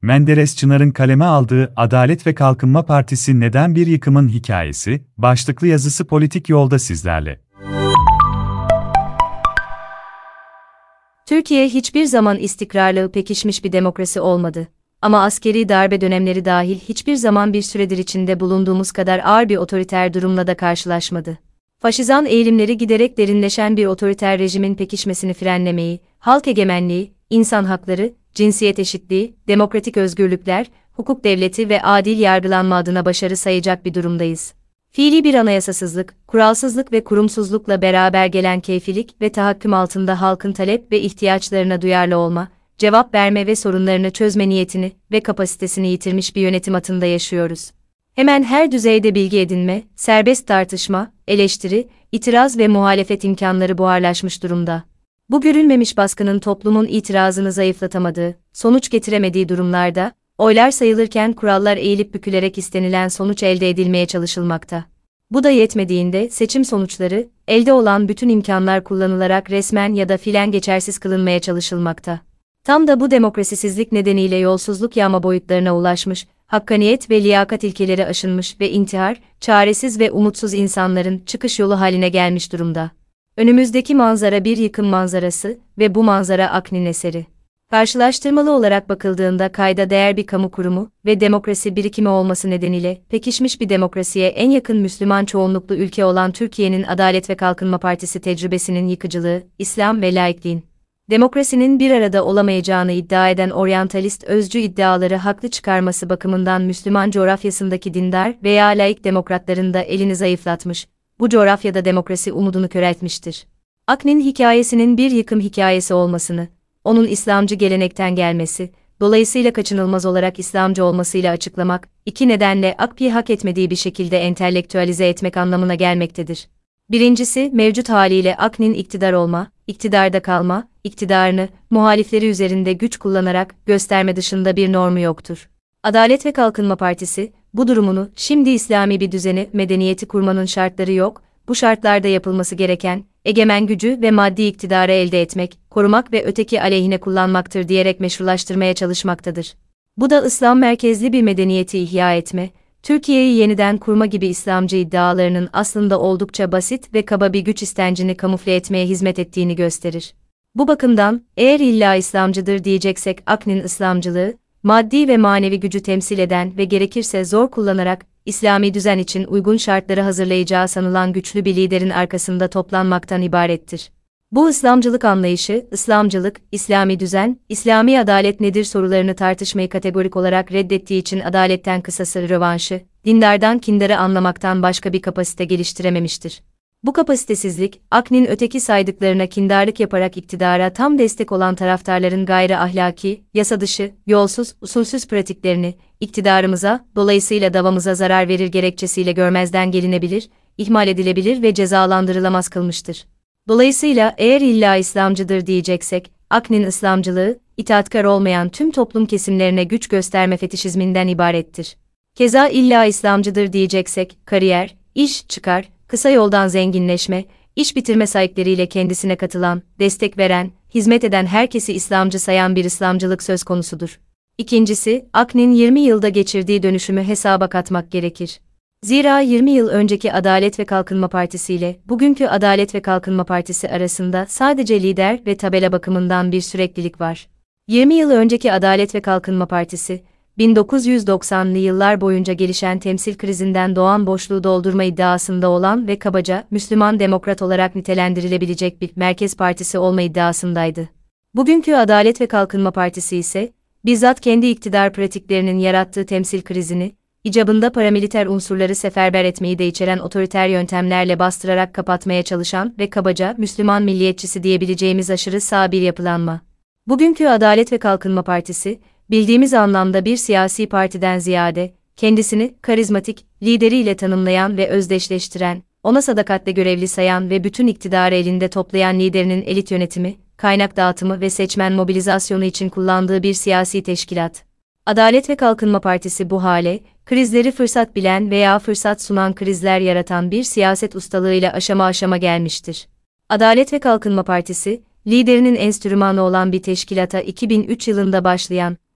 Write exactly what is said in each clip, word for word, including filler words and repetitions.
Menderes Çınar'ın kaleme aldığı Adalet ve Kalkınma Partisi neden bir yıkımın hikayesi? Başlıklı yazısı Politik Yolda sizlerle. Türkiye hiçbir zaman istikrarlı, pekişmiş bir demokrasi olmadı. Ama askeri darbe dönemleri dahil hiçbir zaman bir süredir içinde bulunduğumuz kadar ağır bir otoriter durumla da karşılaşmadı. Faşizan eğilimleri giderek derinleşen bir otoriter rejimin pekişmesini frenlemeyi, halk egemenliği, insan hakları, cinsiyet eşitliği, demokratik özgürlükler, hukuk devleti ve adil yargılanma adına başarı sayacak bir durumdayız. Fiili bir anayasasızlık, kuralsızlık ve kurumsuzlukla beraber gelen keyfilik ve tahakküm altında halkın talep ve ihtiyaçlarına duyarlı olma, cevap verme ve sorunlarını çözme niyetini ve kapasitesini yitirmiş bir yönetim atında yaşıyoruz. Hemen her düzeyde bilgi edinme, serbest tartışma, eleştiri, itiraz ve muhalefet imkanları buharlaşmış durumda. Bu görülmemiş baskının toplumun itirazını zayıflatamadığı, sonuç getiremediği durumlarda, oylar sayılırken kurallar eğilip bükülerek istenilen sonuç elde edilmeye çalışılmakta. Bu da yetmediğinde seçim sonuçları, elde olan bütün imkanlar kullanılarak resmen ya da fiilen geçersiz kılınmaya çalışılmakta. Tam da bu demokrasisizlik nedeniyle yolsuzluk yağma boyutlarına ulaşmış, hakkaniyet ve liyakat ilkeleri aşınmış ve intihar, çaresiz ve umutsuz insanların çıkış yolu haline gelmiş durumda. Önümüzdeki manzara bir yıkım manzarası ve bu manzara AKN'in eseri. Karşılaştırmalı olarak bakıldığında kayda değer bir kamu kurumu ve demokrasi birikimi olması nedeniyle pekişmiş bir demokrasiye en yakın Müslüman çoğunluklu ülke olan Türkiye'nin Adalet ve Kalkınma Partisi tecrübesinin yıkıcılığı, İslam ve laikliğin, demokrasinin bir arada olamayacağını iddia eden oryantalist özcü iddiaları haklı çıkarması bakımından Müslüman coğrafyasındaki dindar veya laik demokratların da elini zayıflatmış, bu coğrafyada demokrasi umudunu köreltmiştir. AKN'in hikayesinin bir yıkım hikayesi olmasını, onun İslamcı gelenekten gelmesi, dolayısıyla kaçınılmaz olarak İslamcı olmasıyla açıklamak, iki nedenle A K P'yi hak etmediği bir şekilde entelektüelize etmek anlamına gelmektedir. Birincisi, mevcut haliyle AKN'in iktidar olma, iktidarda kalma, iktidarını, muhalifleri üzerinde güç kullanarak gösterme dışında bir normu yoktur. Adalet ve Kalkınma Partisi, bu durumunu, şimdi İslami bir düzeni, medeniyeti kurmanın şartları yok, bu şartlarda yapılması gereken, egemen gücü ve maddi iktidarı elde etmek, korumak ve öteki aleyhine kullanmaktır diyerek meşrulaştırmaya çalışmaktadır. Bu da İslam merkezli bir medeniyeti ihya etme, Türkiye'yi yeniden kurma gibi İslamcı iddialarının aslında oldukça basit ve kaba bir güç istencini kamufle etmeye hizmet ettiğini gösterir. Bu bakımdan, eğer illa İslamcıdır diyeceksek AKN'in İslamcılığı, maddi ve manevi gücü temsil eden ve gerekirse zor kullanarak, İslami düzen için uygun şartları hazırlayacağı sanılan güçlü bir liderin arkasında toplanmaktan ibarettir. Bu İslamcılık anlayışı, İslamcılık, İslami düzen, İslami adalet nedir sorularını tartışmayı kategorik olarak reddettiği için adaletten kısası rövanşı, dindardan kindarı anlamaktan başka bir kapasite geliştirememiştir. Bu kapasitesizlik, AKN'in öteki saydıklarına kindarlık yaparak iktidara tam destek olan taraftarların gayri ahlaki, yasa dışı, yolsuz, usulsüz pratiklerini, iktidarımıza, dolayısıyla davamıza zarar verir gerekçesiyle görmezden gelinebilir, ihmal edilebilir ve cezalandırılamaz kılmıştır. Dolayısıyla eğer illa İslamcıdır diyeceksek, AKN'in İslamcılığı, itaatkar olmayan tüm toplum kesimlerine güç gösterme fetişizminden ibarettir. Keza illa İslamcıdır diyeceksek, kariyer, iş, çıkar, kısa yoldan zenginleşme, iş bitirme sahipleriyle kendisine katılan, destek veren, hizmet eden herkesi İslamcı sayan bir İslamcılık söz konusudur. İkincisi, AKN'in yirmi yılda geçirdiği dönüşümü hesaba katmak gerekir. Zira yirmi yıl önceki Adalet ve Kalkınma Partisi ile bugünkü Adalet ve Kalkınma Partisi arasında sadece lider ve tabela bakımından bir süreklilik var. yirmi yıl önceki Adalet ve Kalkınma Partisi, bin dokuz yüz doksanlı yıllar boyunca gelişen temsil krizinden doğan boşluğu doldurma iddiasında olan ve kabaca Müslüman Demokrat olarak nitelendirilebilecek bir merkez partisi olma iddiasındaydı. Bugünkü Adalet ve Kalkınma Partisi ise, bizzat kendi iktidar pratiklerinin yarattığı temsil krizini, icabında paramiliter unsurları seferber etmeyi de içeren otoriter yöntemlerle bastırarak kapatmaya çalışan ve kabaca Müslüman milliyetçisi diyebileceğimiz aşırı sağ bir yapılanma. Bugünkü Adalet ve Kalkınma Partisi, bildiğimiz anlamda bir siyasi partiden ziyade, kendisini karizmatik, lideriyle tanımlayan ve özdeşleştiren, ona sadakatle görevli sayan ve bütün iktidarı elinde toplayan liderinin elit yönetimi, kaynak dağıtımı ve seçmen mobilizasyonu için kullandığı bir siyasi teşkilat. Adalet ve Kalkınma Partisi bu hale, krizleri fırsat bilen veya fırsat sunan krizler yaratan bir siyaset ustalığıyla aşama aşama gelmiştir. Adalet ve Kalkınma Partisi, liderinin enstrümanı olan bir teşkilata iki bin üç yılında başlayan,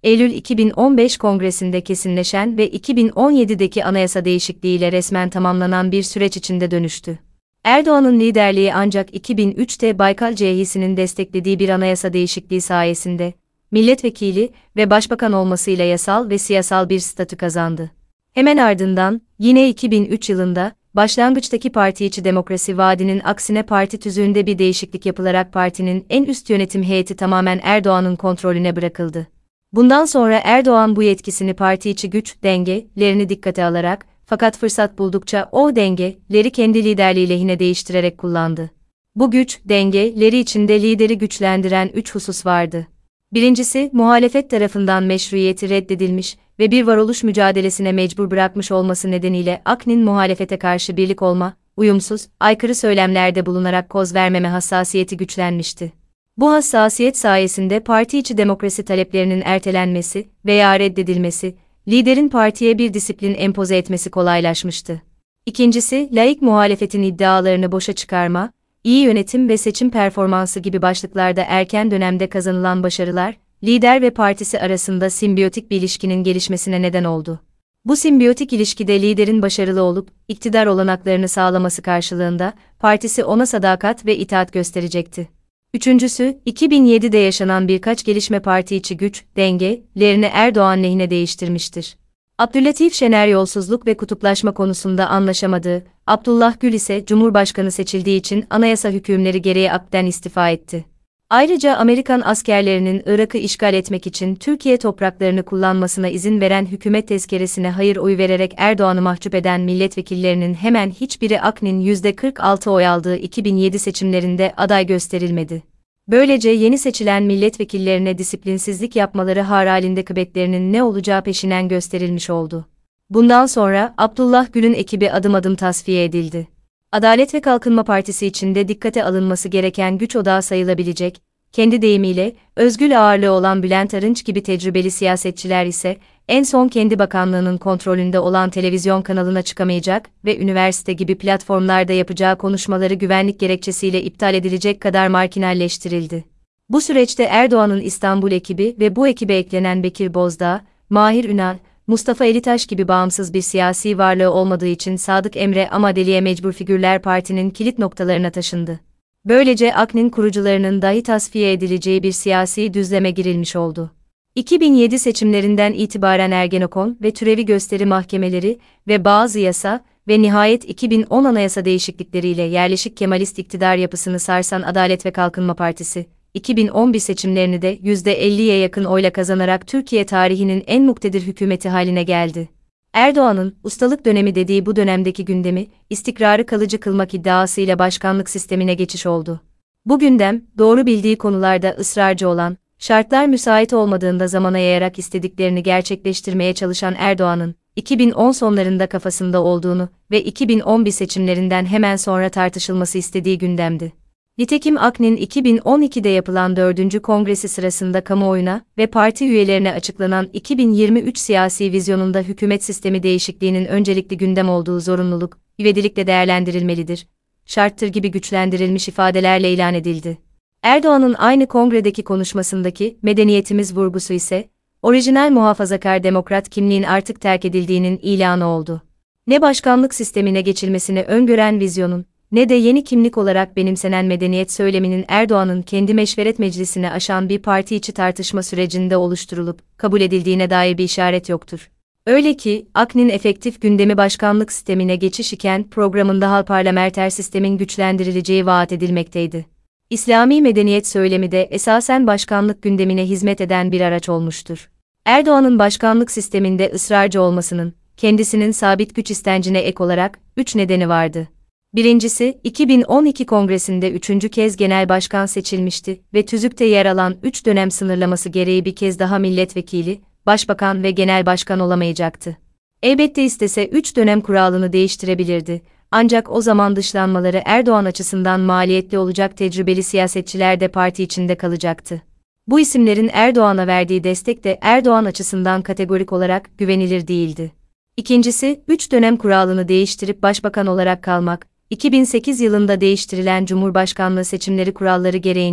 Eylül iki bin on beş Kongresi'nde kesinleşen ve iki bin on yedideki anayasa değişikliğiyle resmen tamamlanan bir süreç içinde dönüştü. Erdoğan'ın liderliği ancak iki bin üçte Baykal C H S'nin desteklediği bir anayasa değişikliği sayesinde, milletvekili ve başbakan olmasıyla yasal ve siyasal bir statü kazandı. Hemen ardından, yine iki bin üç yılında, başlangıçtaki parti içi demokrasi vaadinin aksine parti tüzüğünde bir değişiklik yapılarak partinin en üst yönetim heyeti tamamen Erdoğan'ın kontrolüne bırakıldı. Bundan sonra Erdoğan bu yetkisini parti içi güç dengelerini dikkate alarak, fakat fırsat buldukça o dengeleri kendi liderliği lehine değiştirerek kullandı. Bu güç dengeleri içinde lideri güçlendiren üç husus vardı. Birincisi, muhalefet tarafından meşruiyeti reddedilmiş ve bir varoluş mücadelesine mecbur bırakmış olması nedeniyle A K P'nin muhalefete karşı birlik olma, uyumsuz, aykırı söylemlerde bulunarak koz vermeme hassasiyeti güçlenmişti. Bu hassasiyet sayesinde parti içi demokrasi taleplerinin ertelenmesi veya reddedilmesi, liderin partiye bir disiplin empoze etmesi kolaylaşmıştı. İkincisi, laik muhalefetin iddialarını boşa çıkarma, iyi yönetim ve seçim performansı gibi başlıklarda erken dönemde kazanılan başarılar, lider ve partisi arasında simbiyotik bir ilişkinin gelişmesine neden oldu. Bu simbiyotik ilişkide liderin başarılı olup, iktidar olanaklarını sağlaması karşılığında, partisi ona sadakat ve itaat gösterecekti. Üçüncüsü, iki bin yedide yaşanan birkaç gelişme parti içi güç dengelerini Erdoğan lehine değiştirmiştir. Abdüllatif Şener yolsuzluk ve kutuplaşma konusunda anlaşamadığı, Abdullah Gül ise Cumhurbaşkanı seçildiği için anayasa hükümleri gereği A K P'den istifa etti. Ayrıca Amerikan askerlerinin Irak'ı işgal etmek için Türkiye topraklarını kullanmasına izin veren hükümet tezkeresine hayır oyu vererek Erdoğan'ı mahcup eden milletvekillerinin hemen hiçbiri A K P'nin yüzde kırk altı oy aldığı iki bin yedi seçimlerinde aday gösterilmedi. Böylece yeni seçilen milletvekillerine disiplinsizlik yapmaları halinde kıbetlerinin ne olacağı peşinen gösterilmiş oldu. Bundan sonra Abdullah Gül'ün ekibi adım adım tasfiye edildi. Adalet ve Kalkınma Partisi içinde dikkate alınması gereken güç odağı sayılabilecek, kendi deyimiyle, özgül ağırlığı olan Bülent Arınç gibi tecrübeli siyasetçiler ise, en son kendi bakanlığının kontrolünde olan televizyon kanalına çıkamayacak ve üniversite gibi platformlarda yapacağı konuşmaları güvenlik gerekçesiyle iptal edilecek kadar marjinalleştirildi. Bu süreçte Erdoğan'ın İstanbul ekibi ve bu ekibe eklenen Bekir Bozdağ, Mahir Ünal, Mustafa Elitaş gibi bağımsız bir siyasi varlığı olmadığı için Sadık Emre Amadeli'ye mecbur figürler partinin kilit noktalarına taşındı. Böylece A K P'nin kurucularının dahi tasfiye edileceği bir siyasi düzleme girilmiş oldu. iki bin yedi seçimlerinden itibaren Ergenekon ve türevi gösteri mahkemeleri ve bazı yasa ve nihayet iki bin on anayasa değişiklikleriyle yerleşik Kemalist iktidar yapısını sarsan Adalet ve Kalkınma Partisi, iki bin on bir seçimlerini de yüzde elliye yakın oyla kazanarak Türkiye tarihinin en muktedir hükümeti haline geldi. Erdoğan'ın ustalık dönemi dediği bu dönemdeki gündemi, istikrarı kalıcı kılmak iddiasıyla başkanlık sistemine geçiş oldu. Bu gündem, doğru bildiği konularda ısrarcı olan, şartlar müsait olmadığında zamana yayarak istediklerini gerçekleştirmeye çalışan Erdoğan'ın, iki bin on sonlarında kafasında olduğunu ve iki bin on bir seçimlerinden hemen sonra tartışılması istediği gündemdi. Nitekim A K P'nin iki bin on ikide yapılan dördüncü kongresi sırasında kamuoyuna ve parti üyelerine açıklanan iki bin yirmi üç siyasi vizyonunda hükümet sistemi değişikliğinin öncelikli gündem olduğu zorunluluk, ivedilikle değerlendirilmelidir, şarttır gibi güçlendirilmiş ifadelerle ilan edildi. Erdoğan'ın aynı kongredeki konuşmasındaki medeniyetimiz vurgusu ise, orijinal muhafazakar demokrat kimliğin artık terk edildiğinin ilanı oldu. Ne başkanlık sistemine geçilmesini öngören vizyonun, ne de yeni kimlik olarak benimsenen medeniyet söyleminin Erdoğan'ın kendi meşveret meclisine aşan bir parti içi tartışma sürecinde oluşturulup kabul edildiğine dair bir işaret yoktur. Öyle ki, A K P'nin efektif gündemi başkanlık sistemine geçiş iken programında hal parlamenter sistemin güçlendirileceği vaat edilmekteydi. İslami medeniyet söylemi de esasen başkanlık gündemine hizmet eden bir araç olmuştur. Erdoğan'ın başkanlık sisteminde ısrarcı olmasının, kendisinin sabit güç istencine ek olarak, üç nedeni vardı. Birincisi, iki bin on iki Kongresi'nde üçüncü kez genel başkan seçilmişti ve tüzükte yer alan üç dönem sınırlaması gereği bir kez daha milletvekili, başbakan ve genel başkan olamayacaktı. Elbette istese üç dönem kuralını değiştirebilirdi, ancak o zaman dışlanmaları Erdoğan açısından maliyetli olacak tecrübeli siyasetçiler de parti içinde kalacaktı. Bu isimlerin Erdoğan'a verdiği destek de Erdoğan açısından kategorik olarak güvenilir değildi. İkincisi, üç dönem kuralını değiştirip başbakan olarak kalmak, iki bin sekiz yılında değiştirilen Cumhurbaşkanlığı seçimleri kuralları gereğince,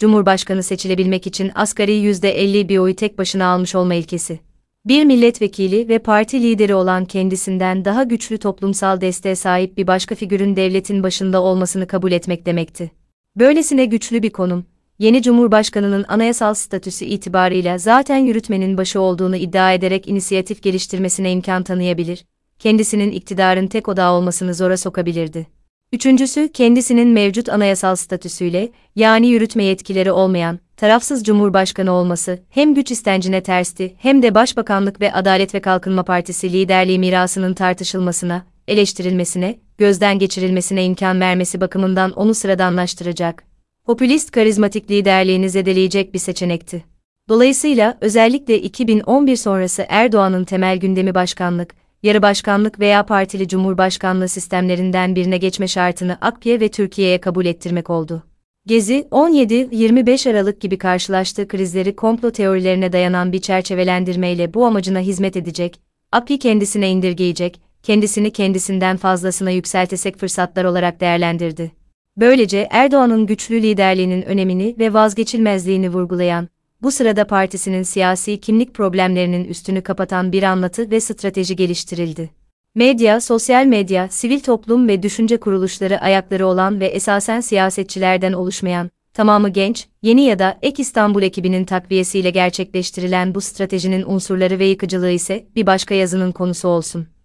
Cumhurbaşkanı seçilebilmek için asgari yüzde elli bir oyu tek başına almış olma ilkesi. Bir milletvekili ve parti lideri olan kendisinden daha güçlü toplumsal desteğe sahip bir başka figürün devletin başında olmasını kabul etmek demekti. Böylesine güçlü bir konum, yeni Cumhurbaşkanının anayasal statüsü itibarıyla zaten yürütmenin başı olduğunu iddia ederek inisiyatif geliştirmesine imkan tanıyabilir, kendisinin iktidarın tek odağı olmasını zora sokabilirdi. Üçüncüsü, kendisinin mevcut anayasal statüsüyle, yani yürütme yetkileri olmayan, tarafsız Cumhurbaşkanı olması, hem güç istencine tersti, hem de Başbakanlık ve Adalet ve Kalkınma Partisi liderliği mirasının tartışılmasına, eleştirilmesine, gözden geçirilmesine imkan vermesi bakımından onu sıradanlaştıracak, popülist karizmatik liderliğini zedeleyecek bir seçenekti. Dolayısıyla, özellikle iki bin on bir sonrası Erdoğan'ın temel gündemi başkanlık, yarı başkanlık veya partili cumhurbaşkanlığı sistemlerinden birine geçme şartını A K P'ye ve Türkiye'ye kabul ettirmek oldu. Gezi, on yedi yirmi beş Aralık gibi karşılaştığı krizleri komplo teorilerine dayanan bir çerçevelendirmeyle bu amacına hizmet edecek, A K P'yi kendisine indirgeyecek, kendisini kendisinden fazlasına yükseltecek fırsatlar olarak değerlendirdi. Böylece Erdoğan'ın güçlü liderliğinin önemini ve vazgeçilmezliğini vurgulayan, bu sırada partisinin siyasi kimlik problemlerinin üstünü kapatan bir anlatı ve strateji geliştirildi. Medya, sosyal medya, sivil toplum ve düşünce kuruluşları ayakları olan ve esasen siyasetçilerden oluşmayan, tamamı genç, yeni ya da Ek İstanbul ekibinin takviyesiyle gerçekleştirilen bu stratejinin unsurları ve yıkıcılığı ise bir başka yazının konusu olsun.